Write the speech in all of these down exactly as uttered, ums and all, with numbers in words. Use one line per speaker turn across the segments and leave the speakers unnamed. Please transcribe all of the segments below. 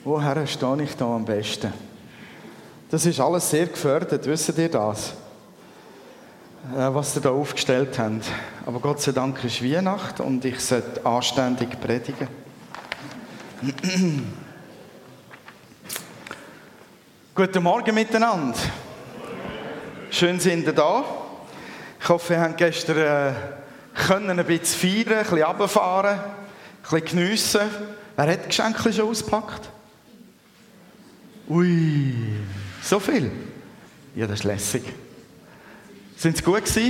woher stehe ich da am besten? Das ist alles sehr gefördert, wisst ihr das? Äh, was ihr da aufgestellt habt. Aber Gott sei Dank ist Weihnacht und ich sollte anständig predigen. Guten Morgen miteinander. Schön sind ihr da. Ich hoffe, ihr habt gestern äh, können ein bisschen feiern, ein bisschen runterfahren, ein bisschen geniessen. Wer hat die Geschenke schon ausgepackt? Ui, so viel? Ja, das ist lässig. Sind sie gut gewesen?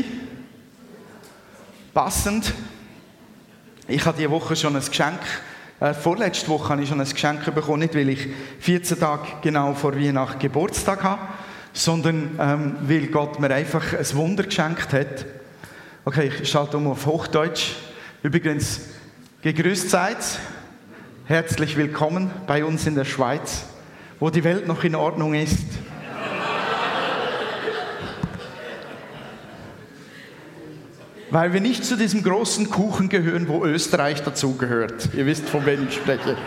Passend? Ich habe diese Woche schon ein Geschenk, äh, vorletzte Woche habe ich schon ein Geschenk bekommen, nicht weil ich vierzehn Tage genau vor Weihnachten Geburtstag habe, sondern ähm, weil Gott mir einfach ein Wunder geschenkt hat. Okay, ich schalte um auf Hochdeutsch. Übrigens, gegrüßt seid, herzlich willkommen bei uns in der Schweiz, wo die Welt noch in Ordnung ist. Weil wir nicht zu diesem großen Kuchen gehören, wo Österreich dazugehört. Ihr wisst, von wem ich spreche.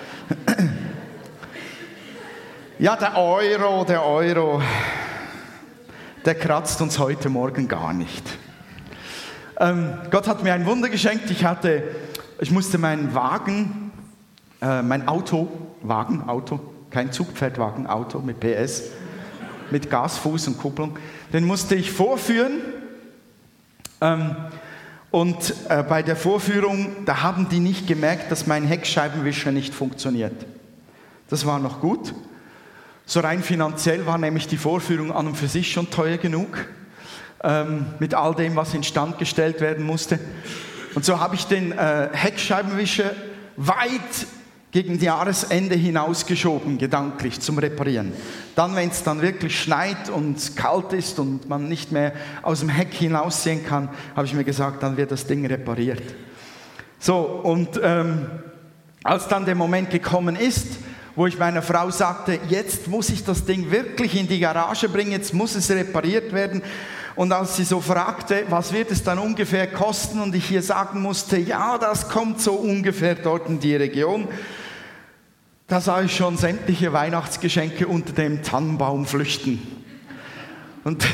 Ja, der Euro, der Euro, der kratzt uns heute Morgen gar nicht. Ähm, Gott hat mir ein Wunder geschenkt. Ich hatte, ich musste meinen Wagen, äh, mein Auto, Wagen, Auto, kein Zugpferdwagen, Auto mit P S, mit Gasfuß und Kupplung, den musste ich vorführen. Ähm, und äh, bei der Vorführung, da haben die nicht gemerkt, dass mein Heckscheibenwischer nicht funktioniert. Das war noch gut. So rein finanziell war nämlich die Vorführung an und für sich schon teuer genug, ähm, mit all dem, was instand gestellt werden musste. Und so habe ich den äh, Heckscheibenwischer weit gegen Jahresende hinausgeschoben, gedanklich, zum Reparieren. Dann, wenn es dann wirklich schneit und kalt ist und man nicht mehr aus dem Heck hinaussehen kann, habe ich mir gesagt, dann wird das Ding repariert. So, und ähm, als dann der Moment gekommen ist, wo ich meiner Frau sagte, jetzt muss ich das Ding wirklich in die Garage bringen, jetzt muss es repariert werden. Und als sie so fragte, was wird es dann ungefähr kosten, und ich ihr sagen musste, ja, das kommt so ungefähr dort in die Region, da sah ich schon sämtliche Weihnachtsgeschenke unter dem Tannenbaum flüchten. Und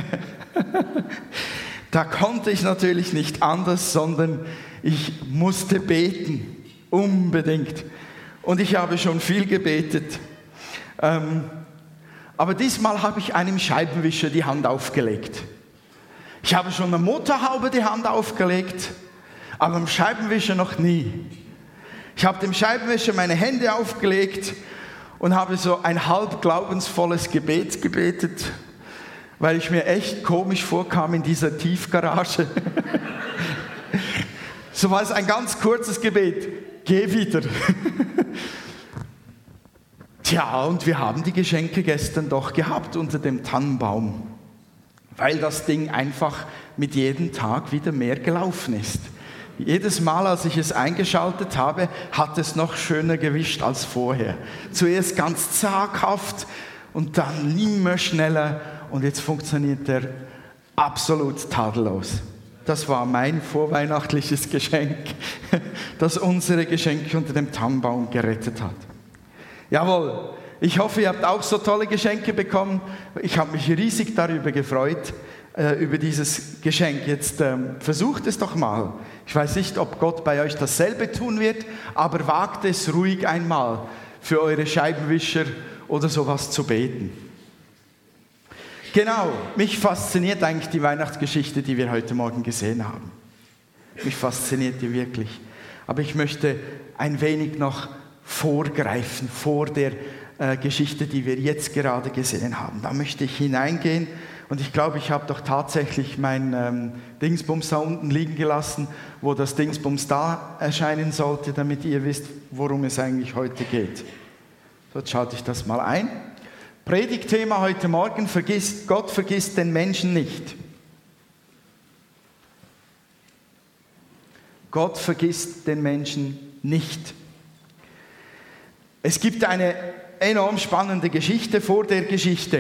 da konnte ich natürlich nicht anders, sondern ich musste beten, unbedingt. Und ich habe schon viel gebetet. Ähm, aber diesmal habe ich einem Scheibenwischer die Hand aufgelegt. Ich habe schon einer Motorhaube die Hand aufgelegt, aber dem Scheibenwischer noch nie. Ich habe dem Scheibenwischer meine Hände aufgelegt und habe so ein halb glaubensvolles Gebet gebetet, weil ich mir echt komisch vorkam in dieser Tiefgarage. So war es ein ganz kurzes Gebet. Geh wieder. Tja, und wir haben die Geschenke gestern doch gehabt unter dem Tannenbaum, weil das Ding einfach mit jedem Tag wieder mehr gelaufen ist. Jedes Mal, als ich es eingeschaltet habe, hat es noch schöner gewischt als vorher. Zuerst ganz zaghaft und dann immer schneller, und jetzt funktioniert er absolut tadellos. Das war mein vorweihnachtliches Geschenk, das unsere Geschenke unter dem Tannenbaum gerettet hat. Jawohl, ich hoffe, ihr habt auch so tolle Geschenke bekommen. Ich habe mich riesig darüber gefreut, äh, über dieses Geschenk. Jetzt ähm, versucht es doch mal. Ich weiß nicht, ob Gott bei euch dasselbe tun wird, aber wagt es ruhig einmal, für eure Scheibenwischer oder sowas zu beten. Genau, mich fasziniert eigentlich die Weihnachtsgeschichte, die wir heute Morgen gesehen haben. Mich fasziniert die wirklich. Aber ich möchte ein wenig noch vorgreifen vor der äh, Geschichte, die wir jetzt gerade gesehen haben. Da möchte ich hineingehen, und ich glaube, ich habe doch tatsächlich mein ähm, Dingsbums da unten liegen gelassen, wo das Dingsbums da erscheinen sollte, damit ihr wisst, worum es eigentlich heute geht. So, jetzt schalte ich das mal ein. Predigtthema heute Morgen: vergisst, Gott vergisst den Menschen nicht. Gott vergisst den Menschen nicht. Es gibt eine enorm spannende Geschichte vor der Geschichte.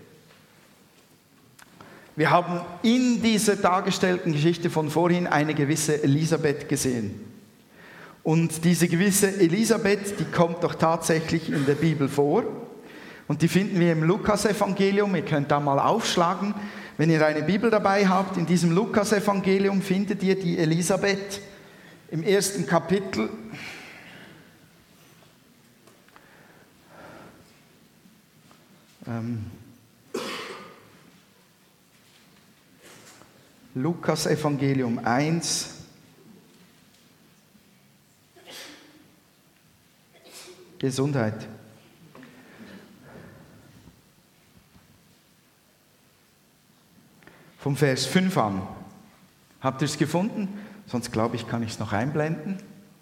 Wir haben in dieser dargestellten Geschichte von vorhin eine gewisse Elisabeth gesehen. Und diese gewisse Elisabeth, die kommt doch tatsächlich in der Bibel vor. Und die finden wir im Lukas-Evangelium. Ihr könnt da mal aufschlagen. Wenn ihr eine Bibel dabei habt, in diesem Lukas-Evangelium findet ihr die Elisabeth im ersten Kapitel. Ähm, Lukas-Evangelium eins. Gesundheit. Vom Vers fünf an. Habt ihr es gefunden? Sonst glaube ich, kann ich es noch einblenden.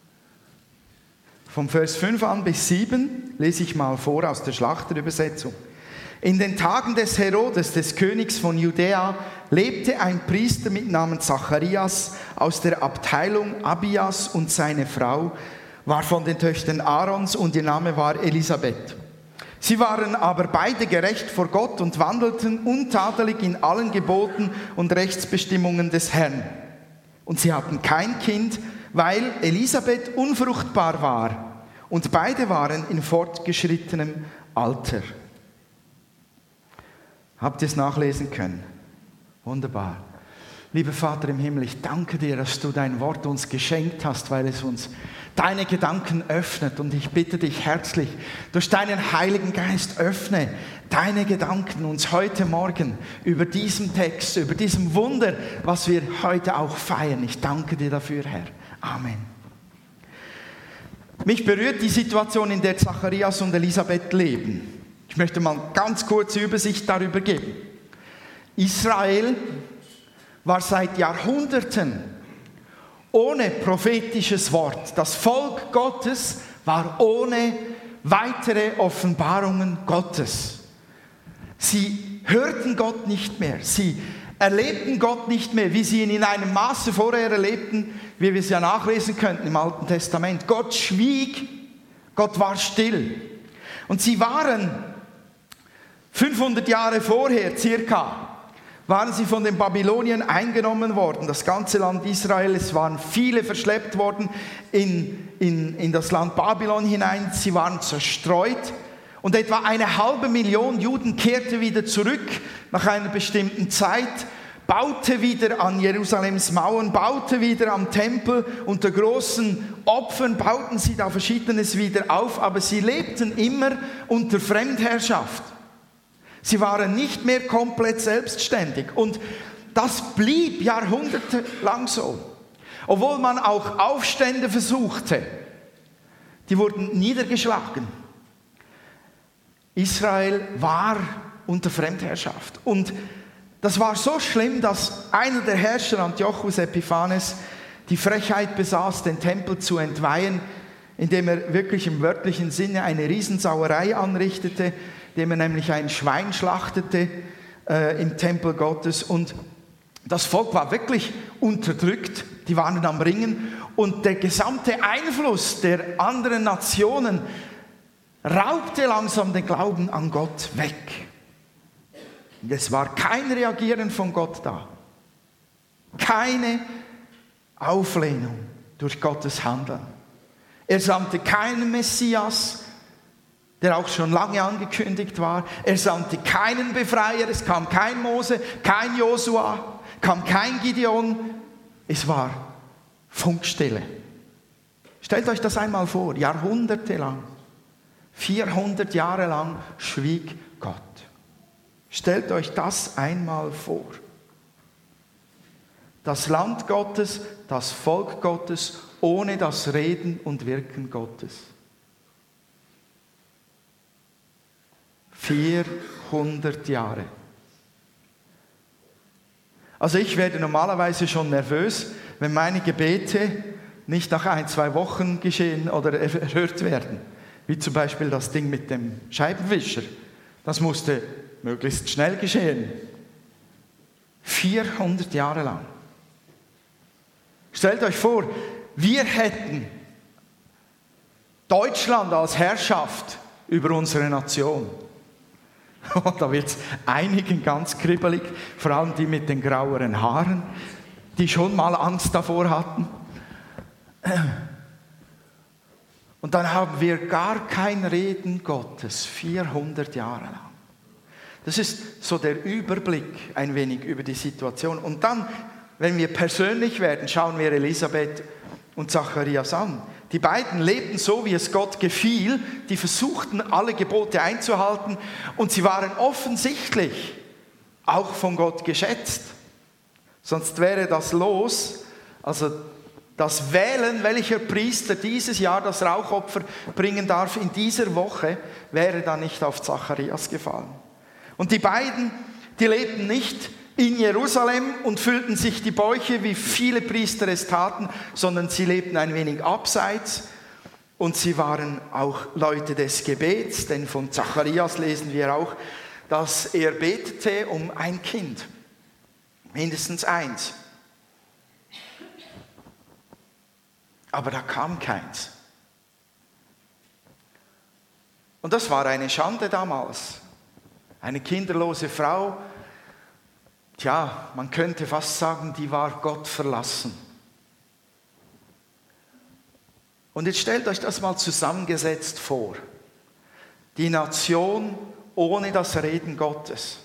Vom Vers fünf an bis sieben lese ich mal vor aus der Schlachterübersetzung. In den Tagen des Herodes, des Königs von Judäa, lebte ein Priester mit Namen Zacharias aus der Abteilung Abias, und seine Frau war von den Töchtern Aarons und ihr Name war Elisabeth. Sie waren aber beide gerecht vor Gott und wandelten untadelig in allen Geboten und Rechtsbestimmungen des Herrn. Und sie hatten kein Kind, weil Elisabeth unfruchtbar war, und beide waren in fortgeschrittenem Alter. Habt ihr es nachlesen können? Wunderbar. Lieber Vater im Himmel, ich danke dir, dass du dein Wort uns geschenkt hast, weil es uns deine Gedanken öffnet. Und ich bitte dich herzlich, durch deinen Heiligen Geist öffne deine Gedanken uns heute Morgen über diesen Text, über diesem Wunder, was wir heute auch feiern. Ich danke dir dafür, Herr. Amen. Mich berührt die Situation, in der Zacharias und Elisabeth leben. Ich möchte mal ganz kurze Übersicht darüber geben. Israel war seit Jahrhunderten ohne prophetisches Wort. Das Volk Gottes war ohne weitere Offenbarungen Gottes. Sie hörten Gott nicht mehr. Sie erlebten Gott nicht mehr, wie sie ihn in einem Maße vorher erlebten, wie wir es ja nachlesen könnten im Alten Testament. Gott schwieg, Gott war still. Und sie waren fünfhundert Jahre vorher circa, waren sie von den Babyloniern eingenommen worden. Das ganze Land Israel, es waren viele verschleppt worden in, in, in das Land Babylon hinein. Sie waren zerstreut. Und etwa eine halbe Million Juden kehrte wieder zurück nach einer bestimmten Zeit, baute wieder an Jerusalems Mauern, baute wieder am Tempel. Unter großen Opfern bauten sie da Verschiedenes wieder auf, aber sie lebten immer unter Fremdherrschaft. Sie waren nicht mehr komplett selbstständig. Und das blieb jahrhundertelang so. Obwohl man auch Aufstände versuchte, die wurden niedergeschlagen. Israel war unter Fremdherrschaft. Und das war so schlimm, dass einer der Herrscher, Antiochus Epiphanes, die Frechheit besaß, den Tempel zu entweihen, indem er wirklich im wörtlichen Sinne eine Riesensauerei anrichtete, indem er nämlich ein Schwein schlachtete äh, im Tempel Gottes. Und das Volk war wirklich unterdrückt, die waren am Ringen. Und der gesamte Einfluss der anderen Nationen raubte langsam den Glauben an Gott weg. Und es war kein Reagieren von Gott da. Keine Auflehnung durch Gottes Handeln. Er sandte keinen Messias, der auch schon lange angekündigt war. Er sandte keinen Befreier, es kam kein Mose, kein Josua, kam kein Gideon. Es war Funkstille. Stellt euch das einmal vor, jahrhundertelang, vierhundert Jahre lang schwieg Gott. Stellt euch das einmal vor. Das Land Gottes, das Volk Gottes, ohne das Reden und Wirken Gottes. vierhundert Jahre. Also ich werde normalerweise schon nervös, wenn meine Gebete nicht nach ein, zwei Wochen geschehen oder erhört werden. Wie zum Beispiel das Ding mit dem Scheibenwischer. Das musste möglichst schnell geschehen. vierhundert Jahre lang. Stellt euch vor, wir hätten Deutschland als Herrschaft über unsere Nation. Da wird es einigen ganz kribbelig, vor allem die mit den graueren Haaren, die schon mal Angst davor hatten. Und dann haben wir gar kein Reden Gottes, vierhundert Jahre lang. Das ist so der Überblick ein wenig über die Situation. Und dann, wenn wir persönlich werden, schauen wir Elisabeth und Zacharias an. Die beiden lebten so, wie es Gott gefiel. Die versuchten, alle Gebote einzuhalten. Und sie waren offensichtlich auch von Gott geschätzt. Sonst wäre das Los, also das Wählen, welcher Priester dieses Jahr das Rauchopfer bringen darf in dieser Woche, wäre dann nicht auf Zacharias gefallen. Und die beiden, die lebten nicht in Jerusalem und füllten sich die Bäuche, wie viele Priester es taten, sondern sie lebten ein wenig abseits und sie waren auch Leute des Gebets, denn von Zacharias lesen wir auch, dass er betete um ein Kind, mindestens eins. Aber da kam keins. Und das war eine Schande damals. Eine kinderlose Frau, tja, man könnte fast sagen, die war Gott verlassen. Und jetzt stellt euch das mal zusammengesetzt vor. Die Nation ohne das Reden Gottes.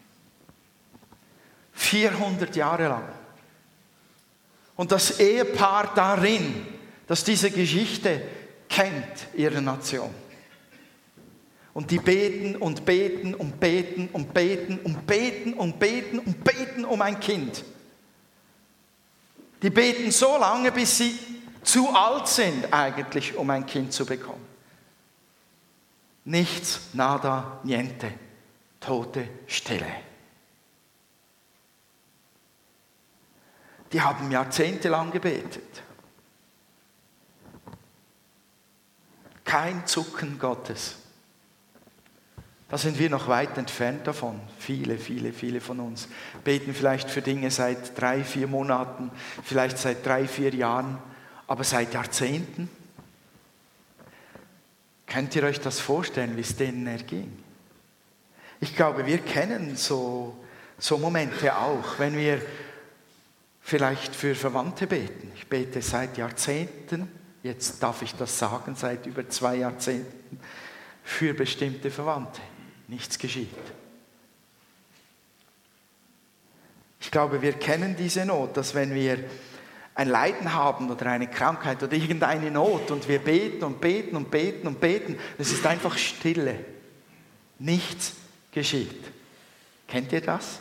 vierhundert Jahre lang. Und das Ehepaar darin, das diese Geschichte kennt, ihre Nation. Und die beten und beten und beten und beten und beten und beten und beten um ein Kind. Die beten so lange, bis sie zu alt sind, eigentlich, um ein Kind zu bekommen. Nichts, nada, niente, tote Stille. Die haben jahrzehntelang gebetet. Kein Zucken Gottes. Da sind wir noch weit entfernt davon. Viele, viele, viele von uns beten vielleicht für Dinge seit drei, vier Monaten, vielleicht seit drei, vier Jahren, aber seit Jahrzehnten. Könnt ihr euch das vorstellen, wie es denen erging? Ich glaube, wir kennen so, so Momente auch, wenn wir vielleicht für Verwandte beten. Ich bete seit Jahrzehnten, jetzt darf ich das sagen, seit über zwei Jahrzehnten, für bestimmte Verwandte. Nichts geschieht. Ich glaube, wir kennen diese Not, dass wenn wir ein Leiden haben oder eine Krankheit oder irgendeine Not und wir beten und beten und beten und beten, es ist einfach Stille. Nichts geschieht. Kennt ihr das?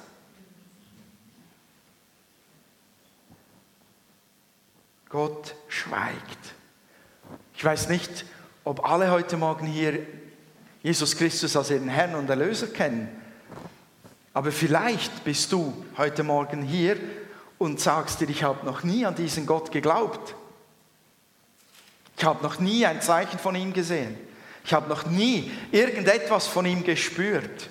Gott schweigt. Ich weiß nicht, ob alle heute Morgen hier Jesus Christus als ihren Herrn und Erlöser kennen. Aber vielleicht bist du heute Morgen hier und sagst dir, ich habe noch nie an diesen Gott geglaubt. Ich habe noch nie ein Zeichen von ihm gesehen. Ich habe noch nie irgendetwas von ihm gespürt.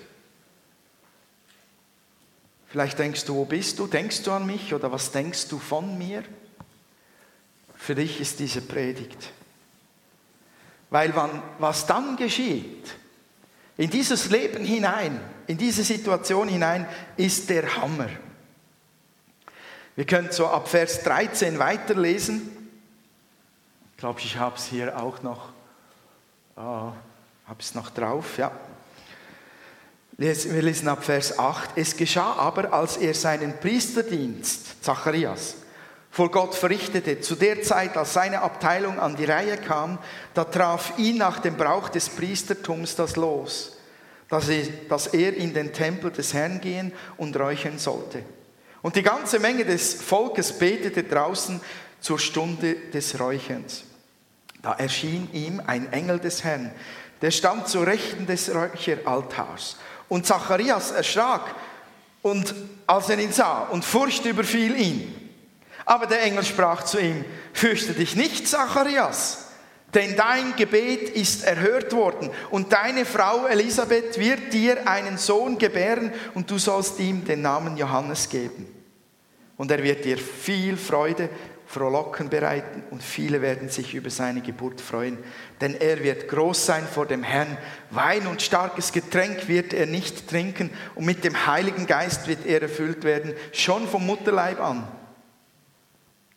Vielleicht denkst du, wo bist du? Denkst du an mich oder was denkst du von mir? Für dich ist diese Predigt. Weil wann, was dann geschieht, in dieses Leben hinein, in diese Situation hinein, ist der Hammer. Wir können so ab Vers dreizehn weiterlesen. Ich glaube, ich habe es hier auch noch, äh, habe es noch drauf, ja. Wir lesen ab Vers acht. Es geschah aber, als er seinen Priesterdienst, Zacharias, vor Gott verrichtete, zu der Zeit, als seine Abteilung an die Reihe kam, da traf ihn nach dem Brauch des Priestertums das Los, dass er, dass er in den Tempel des Herrn gehen und räuchern sollte. Und die ganze Menge des Volkes betete draußen zur Stunde des Räucherns. Da erschien ihm ein Engel des Herrn, der stand zur Rechten des Räucheraltars. Und Zacharias erschrak, und als er ihn sah, und Furcht überfiel ihn. Aber der Engel sprach zu ihm: Fürchte dich nicht, Zacharias, denn dein Gebet ist erhört worden, und deine Frau Elisabeth wird dir einen Sohn gebären, und du sollst ihm den Namen Johannes geben. Und er wird dir viel Freude, Frohlocken bereiten, und viele werden sich über seine Geburt freuen. Denn er wird groß sein vor dem Herrn. Wein und starkes Getränk wird er nicht trinken, und mit dem Heiligen Geist wird er erfüllt werden, schon vom Mutterleib an.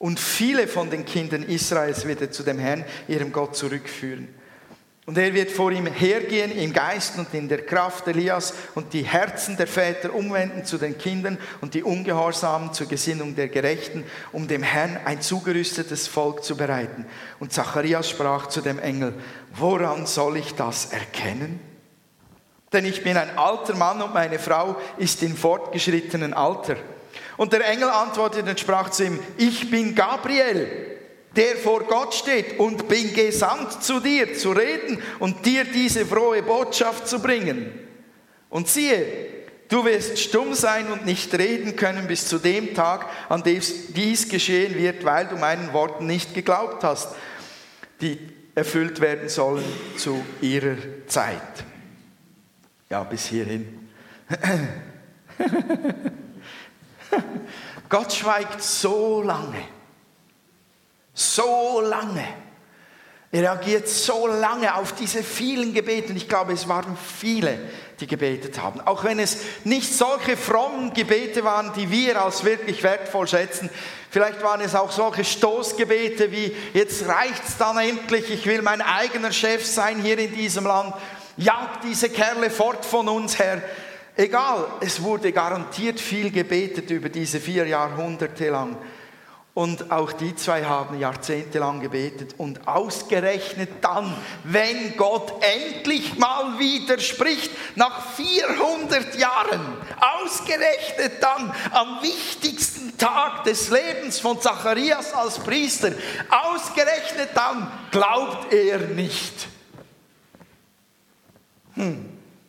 und viele von den Kindern Israels wird er zu dem Herrn, ihrem Gott, zurückführen. Und er wird vor ihm hergehen im Geist und in der Kraft Elias und die Herzen der Väter umwenden zu den Kindern und die Ungehorsamen zur Gesinnung der Gerechten, um dem Herrn ein zugerüstetes Volk zu bereiten. Und Zacharias sprach zu dem Engel: Woran soll ich das erkennen? Denn ich bin ein alter Mann und meine Frau ist in fortgeschrittenen Alter. Und der Engel antwortete und sprach zu ihm: Ich bin Gabriel, der vor Gott steht und bin gesandt zu dir, zu reden und dir diese frohe Botschaft zu bringen. Und siehe, du wirst stumm sein und nicht reden können bis zu dem Tag, an dem dies geschehen wird, weil du meinen Worten nicht geglaubt hast, die erfüllt werden sollen zu ihrer Zeit. Ja, bis hierhin. Gott schweigt so lange. So lange. Er reagiert so lange auf diese vielen Gebete. Und ich glaube, es waren viele, die gebetet haben. Auch wenn es nicht solche frommen Gebete waren, die wir als wirklich wertvoll schätzen. Vielleicht waren es auch solche Stoßgebete wie: Jetzt reicht's dann endlich, ich will mein eigener Chef sein hier in diesem Land. Jag diese Kerle fort von uns, Herr. Egal, es wurde garantiert viel gebetet über diese vier Jahrhunderte lang. Und auch die zwei haben jahrzehntelang gebetet. Und ausgerechnet dann, wenn Gott endlich mal widerspricht, nach vierhundert Jahren, ausgerechnet dann am wichtigsten Tag des Lebens von Zacharias als Priester, ausgerechnet dann glaubt er nicht. Hm.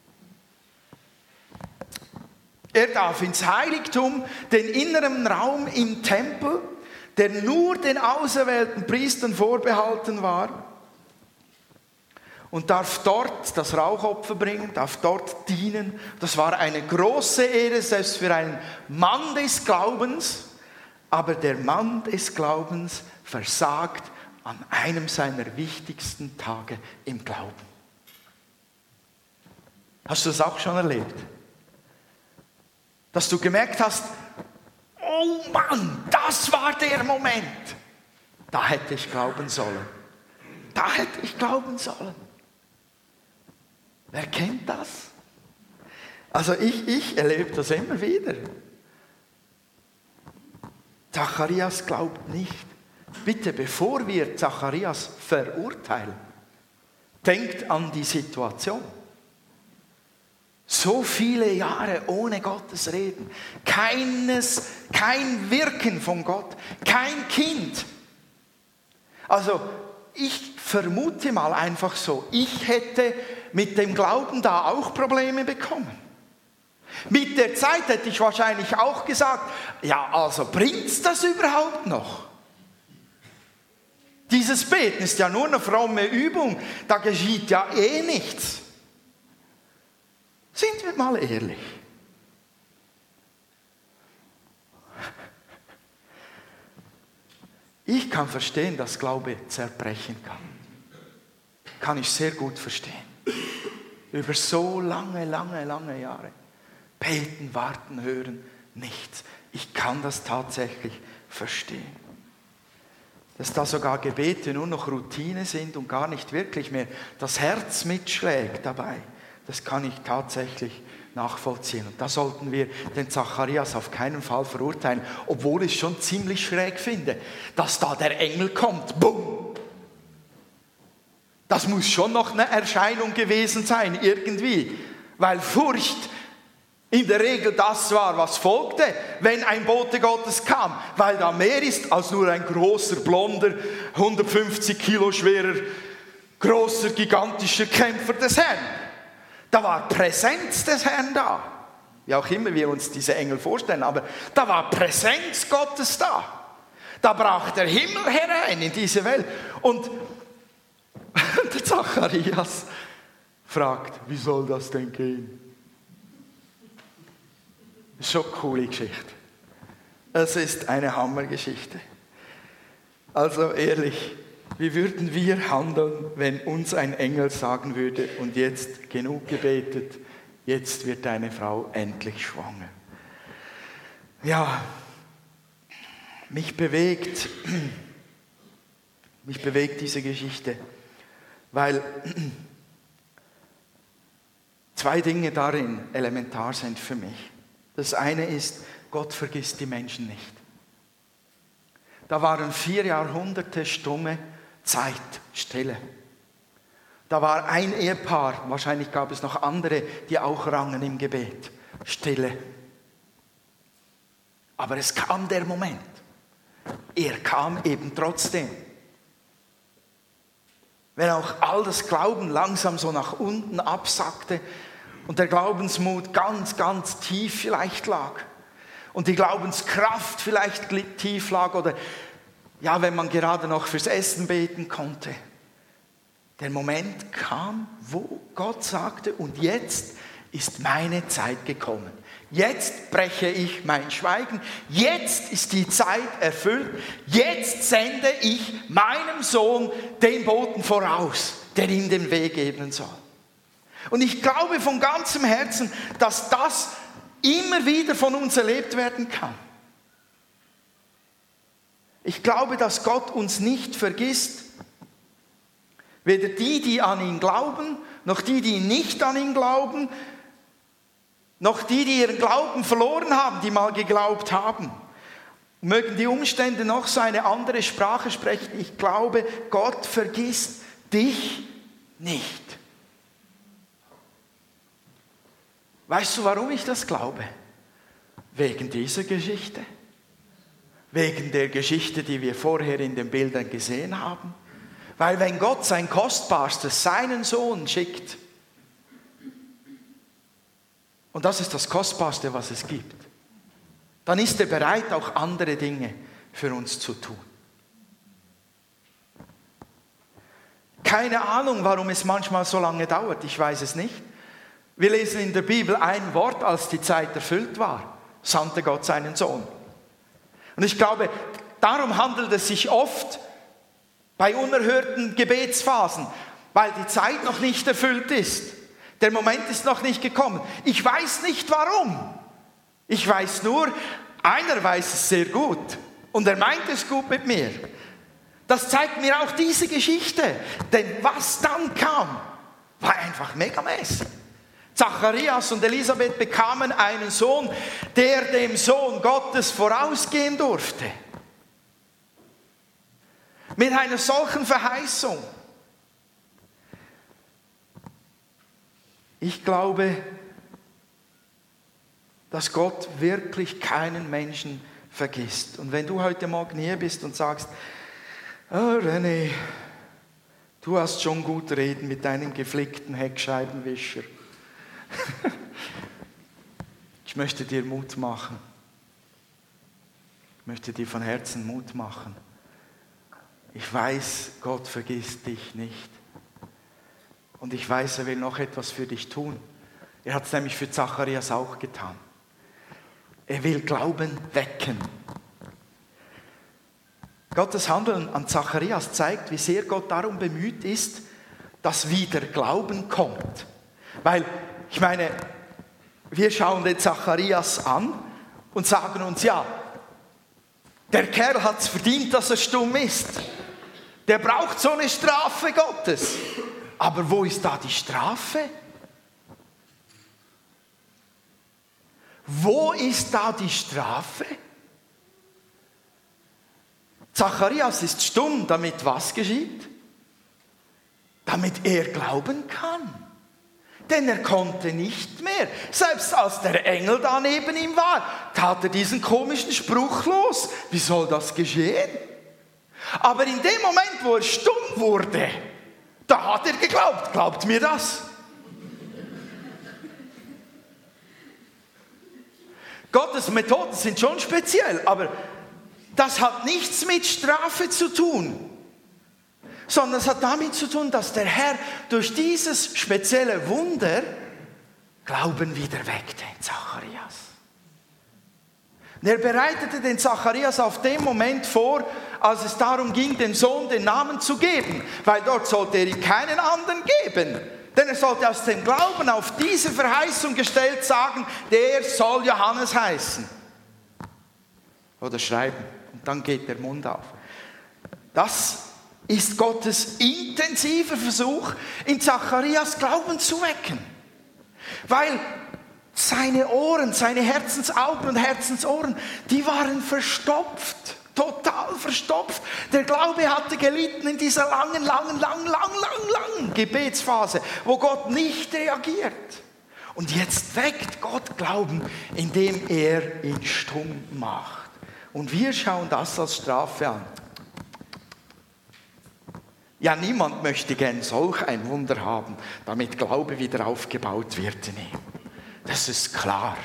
Er darf ins Heiligtum, den inneren Raum im Tempel, der nur den auserwählten Priestern vorbehalten war, und darf dort das Rauchopfer bringen, darf dort dienen. Das war eine große Ehre, selbst für einen Mann des Glaubens, aber der Mann des Glaubens versagt an einem seiner wichtigsten Tage im Glauben. Hast du das auch schon erlebt? Dass du gemerkt hast: Oh Mann, das war der Moment. Da hätte ich glauben sollen. Da hätte ich glauben sollen. Wer kennt das? Also ich, ich erlebe das immer wieder. Zacharias glaubt nicht. Bitte, bevor wir Zacharias verurteilen, denkt an die Situation. So viele Jahre ohne Gottes Reden, keines, kein Wirken von Gott, kein Kind. Also ich vermute mal einfach so, ich hätte mit dem Glauben da auch Probleme bekommen. Mit der Zeit hätte ich wahrscheinlich auch gesagt: Ja, also bringt's das überhaupt noch? Dieses Beten ist ja nur eine fromme Übung, da geschieht ja eh nichts. Sind wir mal ehrlich. Ich kann verstehen, dass Glaube zerbrechen kann. Kann ich sehr gut verstehen. Über so lange, lange, lange Jahre. Beten, warten, hören, nichts. Ich kann das tatsächlich verstehen. Dass da sogar Gebete nur noch Routine sind und gar nicht wirklich mehr das Herz mitschlägt dabei. Das kann ich tatsächlich nachvollziehen. Und da sollten wir den Zacharias auf keinen Fall verurteilen, obwohl ich es schon ziemlich schräg finde, dass da der Engel kommt. Bumm! Das muss schon noch eine Erscheinung gewesen sein, irgendwie. Weil Furcht in der Regel das war, was folgte, wenn ein Bote Gottes kam. Weil da mehr ist als nur ein großer, blonder, hundertfünfzig Kilo schwerer, großer, gigantischer Kämpfer des Herrn. Da war Präsenz des Herrn da. Wie auch immer wir uns diese Engel vorstellen, aber da war Präsenz Gottes da. Da brach der Himmel herein in diese Welt. Und der Zacharias fragt: Wie soll das denn gehen? Schon eine coole Geschichte. Es ist eine Hammergeschichte. Also ehrlich, wie würden wir handeln, wenn uns ein Engel sagen würde: Und jetzt genug gebetet, jetzt wird deine Frau endlich schwanger? Ja, Mich bewegt, mich bewegt diese Geschichte, weil zwei Dinge darin elementar sind für mich. Das eine ist, Gott vergisst die Menschen nicht. Da waren vier Jahrhunderte stumme Zeit, Stille. Da war ein Ehepaar, wahrscheinlich gab es noch andere, die auch rangen im Gebet, Stille. Aber es kam der Moment. Er kam eben trotzdem. Wenn auch all das Glauben langsam so nach unten absackte und der Glaubensmut ganz, ganz tief vielleicht lag und die Glaubenskraft vielleicht tief lag oder ja, wenn man gerade noch fürs Essen beten konnte. Der Moment kam, wo Gott sagte, und jetzt ist meine Zeit gekommen. Jetzt breche ich mein Schweigen. Jetzt ist die Zeit erfüllt. Jetzt sende ich meinem Sohn den Boten voraus, der ihm den Weg ebnen soll. Und ich glaube von ganzem Herzen, dass das immer wieder von uns erlebt werden kann. Ich glaube, dass Gott uns nicht vergisst. Weder die, die an ihn glauben, noch die, die nicht an ihn glauben, noch die, die ihren Glauben verloren haben, die mal geglaubt haben. Mögen die Umstände noch so eine andere Sprache sprechen. Ich glaube, Gott vergisst dich nicht. Weißt du, warum ich das glaube? Wegen dieser Geschichte. Wegen der Geschichte, die wir vorher in den Bildern gesehen haben. Weil wenn Gott sein Kostbarstes, seinen Sohn schickt, und das ist das Kostbarste, was es gibt, dann ist er bereit, auch andere Dinge für uns zu tun. Keine Ahnung, warum es manchmal so lange dauert, ich weiß es nicht. Wir lesen in der Bibel ein Wort, als die Zeit erfüllt war, sandte Gott seinen Sohn. Und ich glaube, darum handelt es sich oft bei unerhörten Gebetsphasen, weil die Zeit noch nicht erfüllt ist. Der Moment ist noch nicht gekommen. Ich weiß nicht warum. Ich weiß nur, einer weiß es sehr gut und er meint es gut mit mir. Das zeigt mir auch diese Geschichte. Denn was dann kam, war einfach megamäßig. Zacharias und Elisabeth bekamen einen Sohn, der dem Sohn Gottes vorausgehen durfte. Mit einer solchen Verheißung. Ich glaube, dass Gott wirklich keinen Menschen vergisst. Und wenn du heute Morgen hier bist und sagst, oh René, du hast schon gut reden mit deinem geflickten Heckscheibenwischer. Ich möchte dir Mut machen. Ich möchte dir von Herzen Mut machen. Ich weiß, Gott vergisst dich nicht. Und ich weiß, er will noch etwas für dich tun. Er hat es nämlich für Zacharias auch getan. Er will Glauben wecken. Gottes Handeln an Zacharias zeigt, wie sehr Gott darum bemüht ist, dass wieder Glauben kommt. Weil, ich meine, wir schauen den Zacharias an und sagen uns, ja, der Kerl hat es verdient, dass er stumm ist. Der braucht so eine Strafe Gottes. Aber wo ist da die Strafe? Wo ist da die Strafe? Zacharias ist stumm, damit was geschieht? Damit er glauben kann. Denn er konnte nicht mehr. Selbst als der Engel da neben ihm war, tat er diesen komischen Spruch los. Wie soll das geschehen? Aber in dem Moment, wo er stumm wurde, da hat er geglaubt. Glaubt mir das? Gottes Methoden sind schon speziell, aber das hat nichts mit Strafe zu tun, sondern es hat damit zu tun, dass der Herr durch dieses spezielle Wunder Glauben wieder weckte in Zacharias. Und er bereitete den Zacharias auf den Moment vor, als es darum ging, dem Sohn den Namen zu geben, weil dort sollte er ihm keinen anderen geben. Denn er sollte aus dem Glauben auf diese Verheißung gestellt sagen, der soll Johannes heißen. Oder schreiben. Und dann geht der Mund auf. Das ist Gottes intensiver Versuch, in Zacharias Glauben zu wecken. Weil seine Ohren, seine Herzensaugen und Herzensohren, die waren verstopft. Total verstopft. Der Glaube hatte gelitten in dieser langen, langen, langen, langen, langen, langen Gebetsphase, wo Gott nicht reagiert. Und jetzt weckt Gott Glauben, indem er ihn stumm macht. Und wir schauen das als Strafe an. Ja, niemand möchte gern solch ein Wunder haben, damit Glaube wieder aufgebaut wird in ihm. Das ist klar.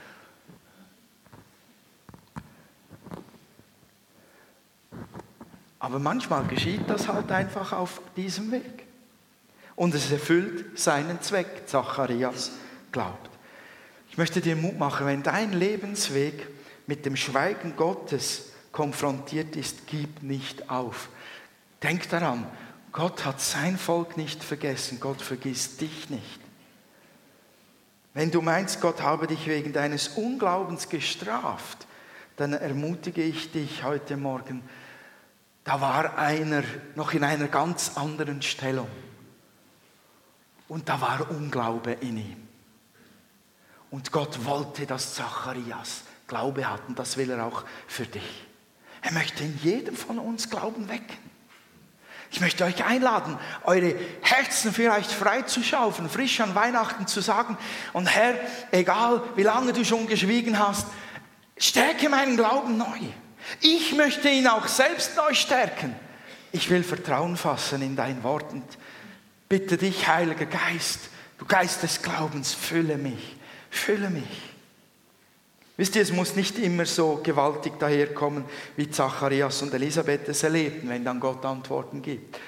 Aber manchmal geschieht das halt einfach auf diesem Weg. Und es erfüllt seinen Zweck, Zacharias glaubt. Ich möchte dir Mut machen, wenn dein Lebensweg mit dem Schweigen Gottes konfrontiert ist, gib nicht auf. Denk daran, Gott hat sein Volk nicht vergessen, Gott vergisst dich nicht. Wenn du meinst, Gott habe dich wegen deines Unglaubens gestraft, dann ermutige ich dich heute Morgen, da war einer noch in einer ganz anderen Stellung. Und da war Unglaube in ihm. Und Gott wollte, dass Zacharias Glaube hat. Und das will er auch für dich. Er möchte in jedem von uns Glauben wecken. Ich möchte euch einladen, eure Herzen vielleicht freizuschaufeln, frisch an Weihnachten zu sagen, und Herr, egal wie lange du schon geschwiegen hast, stärke meinen Glauben neu. Ich möchte ihn auch selbst neu stärken. Ich will Vertrauen fassen in dein Wort und bitte dich, Heiliger Geist, du Geist des Glaubens, fülle mich, fülle mich. Wisst ihr, es muss nicht immer so gewaltig daherkommen, wie Zacharias und Elisabeth es erlebten, wenn dann Gott Antworten gibt.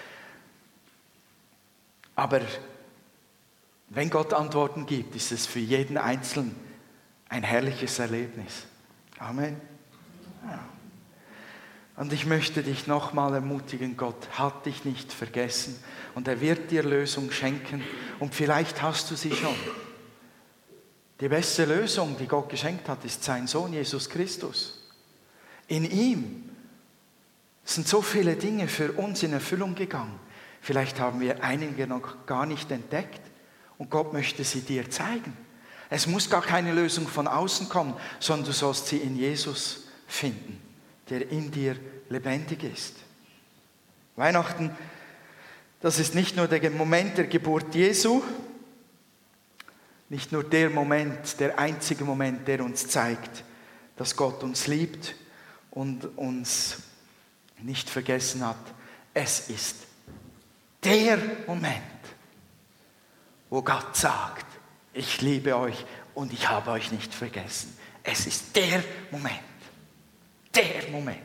Aber wenn Gott Antworten gibt, ist es für jeden Einzelnen ein herrliches Erlebnis. Amen. Ja. Und ich möchte dich nochmal ermutigen, Gott hat dich nicht vergessen und er wird dir Lösung schenken und vielleicht hast du sie schon. Die beste Lösung, die Gott geschenkt hat, ist sein Sohn Jesus Christus. In ihm sind so viele Dinge für uns in Erfüllung gegangen. Vielleicht haben wir einige noch gar nicht entdeckt und Gott möchte sie dir zeigen. Es muss gar keine Lösung von außen kommen, sondern du sollst sie in Jesus finden, der in dir lebendig ist. Weihnachten, das ist nicht nur der Moment der Geburt Jesu, nicht nur der Moment, der einzige Moment, der uns zeigt, dass Gott uns liebt und uns nicht vergessen hat. Es ist der Moment, wo Gott sagt, ich liebe euch und ich habe euch nicht vergessen. Es ist der Moment. Der Moment.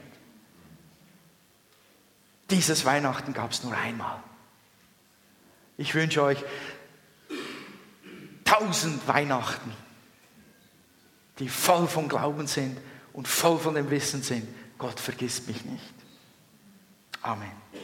Dieses Weihnachten gab es nur einmal. Ich wünsche euch tausend Weihnachten, die voll von Glauben sind und voll von dem Wissen sind, Gott vergisst mich nicht. Amen.